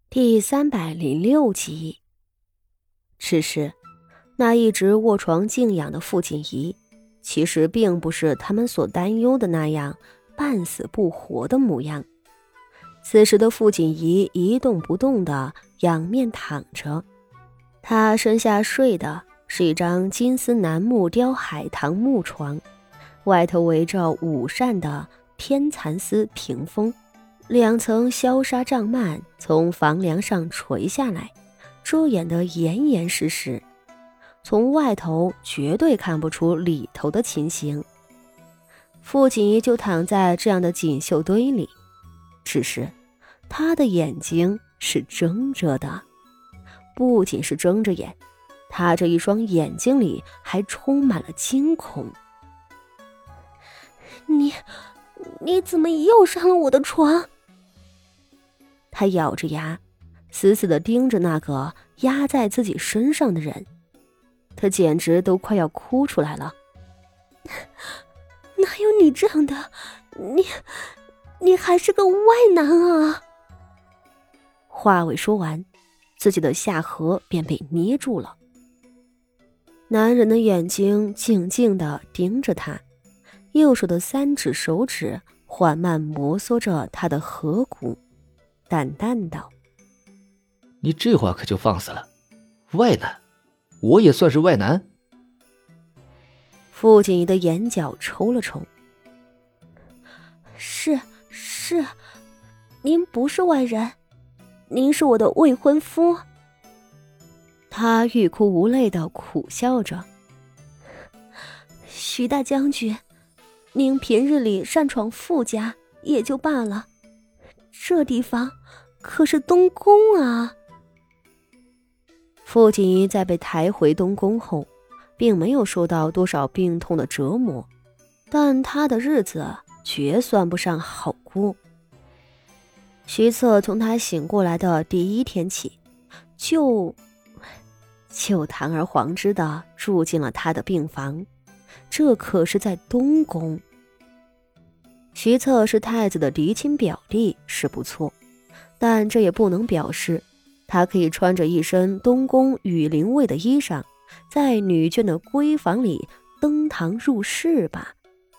第306集。此时，那一直卧床静养的傅锦仪，其实并不是他们所担忧的那样半死不活的模样。此时的傅锦仪一动不动地仰面躺着，他身下睡的是一张金丝楠木雕海棠木床，外头围着5扇的天蚕丝屏风，2层消纱帐幔从房梁上垂下来，遮掩得严严实实，从外头绝对看不出里头的情形。傅锦仪就躺在这样的锦绣堆里，只是他的眼睛是睁着的，不仅是睁着眼，他这一双眼睛里还充满了惊恐。 你怎么又上了我的床？ 他咬着牙，死死地盯着那个压在自己身上的人，他简直都快要哭出来了。 哪有你这样的？你还是个外男啊！ 话未说完，自己的下颌便被捏住了。男人的眼睛静静地盯着他，右手的3指手指缓慢摩挲着他的颌骨，淡淡道： 你这话可就放肆了，外男？我也算是外男？ 傅锦仪的眼角抽了抽。 是，您不是外人，您是我的未婚夫。 他欲哭无泪地苦笑着。 徐大将军，您平日里擅闯傅家也就罢了，这地方可是东宫啊。 傅锦仪在被抬回东宫后，并没有受到多少病痛的折磨，但他的日子绝算不上好过。徐策从他醒过来的第1天起，就堂而皇之地住进了他的病房，这可是在东宫。徐策是太子的嫡亲表弟是不错，但这也不能表示他可以穿着一身东宫羽林卫的衣裳，在女眷的闺房里登堂入室吧。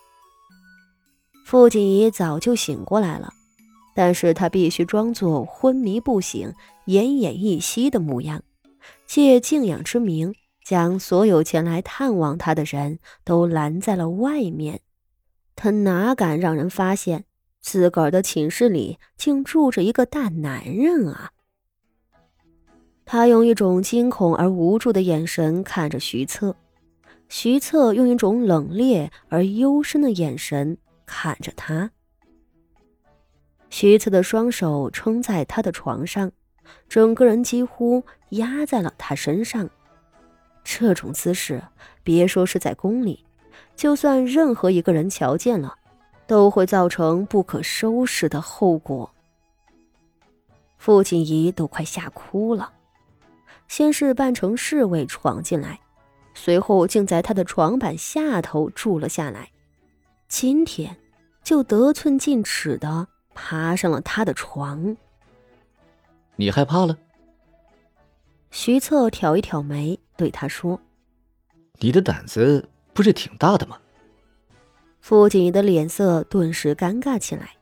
傅锦仪早就醒过来了，但是他必须装作昏迷不醒、奄奄一息的模样，借静养之名，将所有前来探望他的人都拦在了外面。他哪敢让人发现自个儿的寝室里竟住着一个大男人啊！他用一种惊恐而无助的眼神看着徐策，徐策用一种冷冽而幽深的眼神看着他。徐策的双手撑在他的床上，整个人几乎压在了他身上。这种姿势，别说是在宫里，就算任何一个人瞧见了，都会造成不可收拾的后果。傅锦仪都快吓哭了。先是扮成侍卫闯进来，随后竟在他的床板下头住了下来，今天就得寸进尺地爬上了他的床。 你害怕了？ 徐策挑一挑眉对他说： 你的胆子不是挺大的吗？ 傅锦仪的脸色顿时尴尬起来。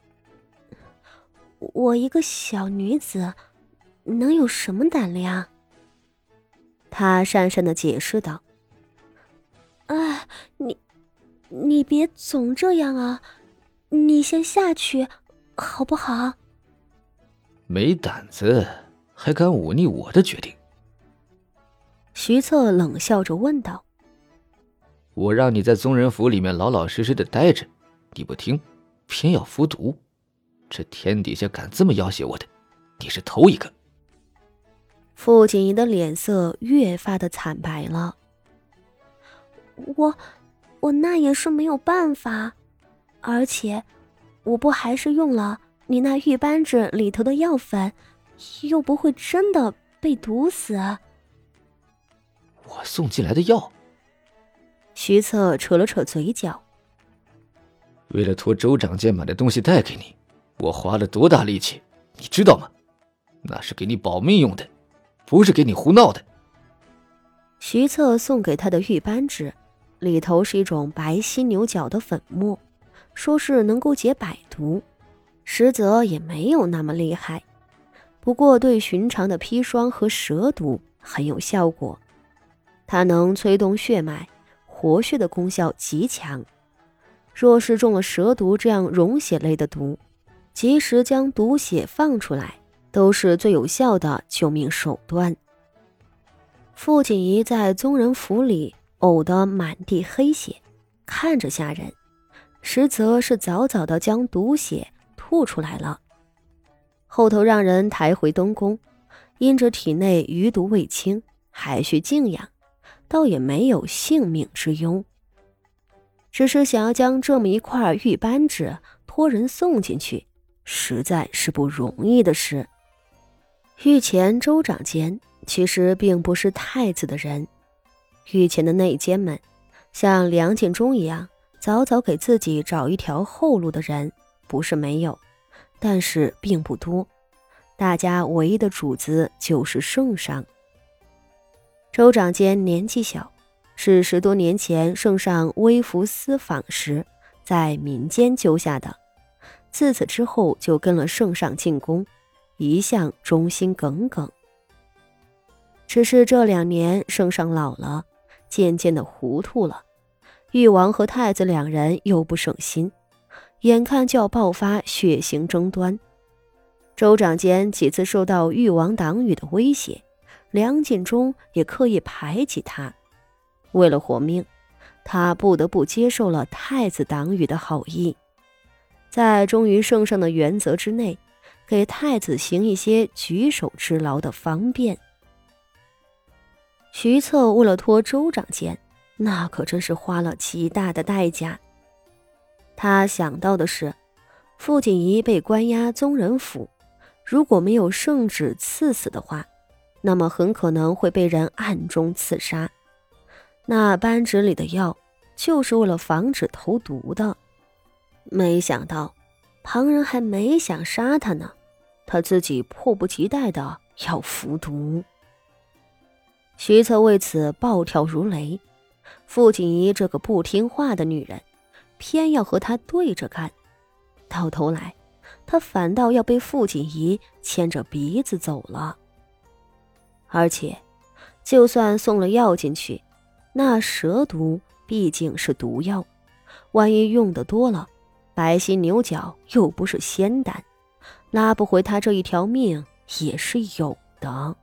我一个小女子能有什么胆量？ 他讪讪地解释道： 哎，你别总这样啊，你先下去好不好？ 没胆子还敢忤逆我的决定？ 徐策冷笑着问道： 我让你在宗人府里面老老实实的待着，你不听，偏要服毒，这天底下敢这么要挟我的，你是头一个。 傅锦仪的脸色越发的惨白了。 我那也是没有办法，而且我不还是用了你那玉扳指里头的药粉，又不会真的被毒死。 我送进来的药？ 徐策扯了扯嘴角。 为了托州长监把的东西带给你，我花了多大力气，你知道吗？ 那是给你保命用的，不是给你胡闹的。 徐策送给他的玉扳指里头是一种白犀牛角的粉末，说是能够解百毒，实则也没有那么厉害，不过对寻常的砒霜和蛇毒很有效果。它能催动血脉，活血的功效极强。若是中了蛇毒这样溶血类的毒，及时将毒血放出来，都是最有效的救命手段。傅锦仪在宗人府里呕得满地黑血，看着吓人，实则是早早的将毒血吐出来了。后头让人抬回东宫，因着体内余毒未清，还需静养，倒也没有性命之忧。只是想要将这么一块玉扳指托人送进去，实在是不容易的事。御前州长监其实并不是太子的人，御前的内监们像梁敬忠一样早早给自己找一条后路的人不是没有，但是并不多。大家唯一的主子就是圣上。州长监年纪小，是10多年前圣上微服私访时在民间救下的，自此之后就跟了圣上进宫，一向忠心耿耿。只是这2年圣上老了，渐渐的糊涂了，誉王和太子2人又不省心，眼看就要爆发血腥争端。州长监几次受到誉王党羽的威胁，梁敬忠也刻意排挤他。为了活命，他不得不接受了太子党羽的好意，在忠于圣上的原则之内，给太子行一些举手之劳的方便。徐策为了托州长监，那可真是花了极大的代价。他想到的是，傅锦仪被关押宗人府，如果没有圣旨赐死的话，那么很可能会被人暗中刺杀。那扳指里的药就是为了防止投毒的。没想到旁人还没想杀他呢，他自己迫不及待的要服毒。徐策为此暴跳如雷，傅锦仪这个不听话的女人偏要和他对着干，到头来他反倒要被傅锦仪牵着鼻子走了。而且就算送了药进去，那蛇毒毕竟是毒药，万一用得多了，白犀牛角又不是仙丹，拉不回他这一条命也是有的。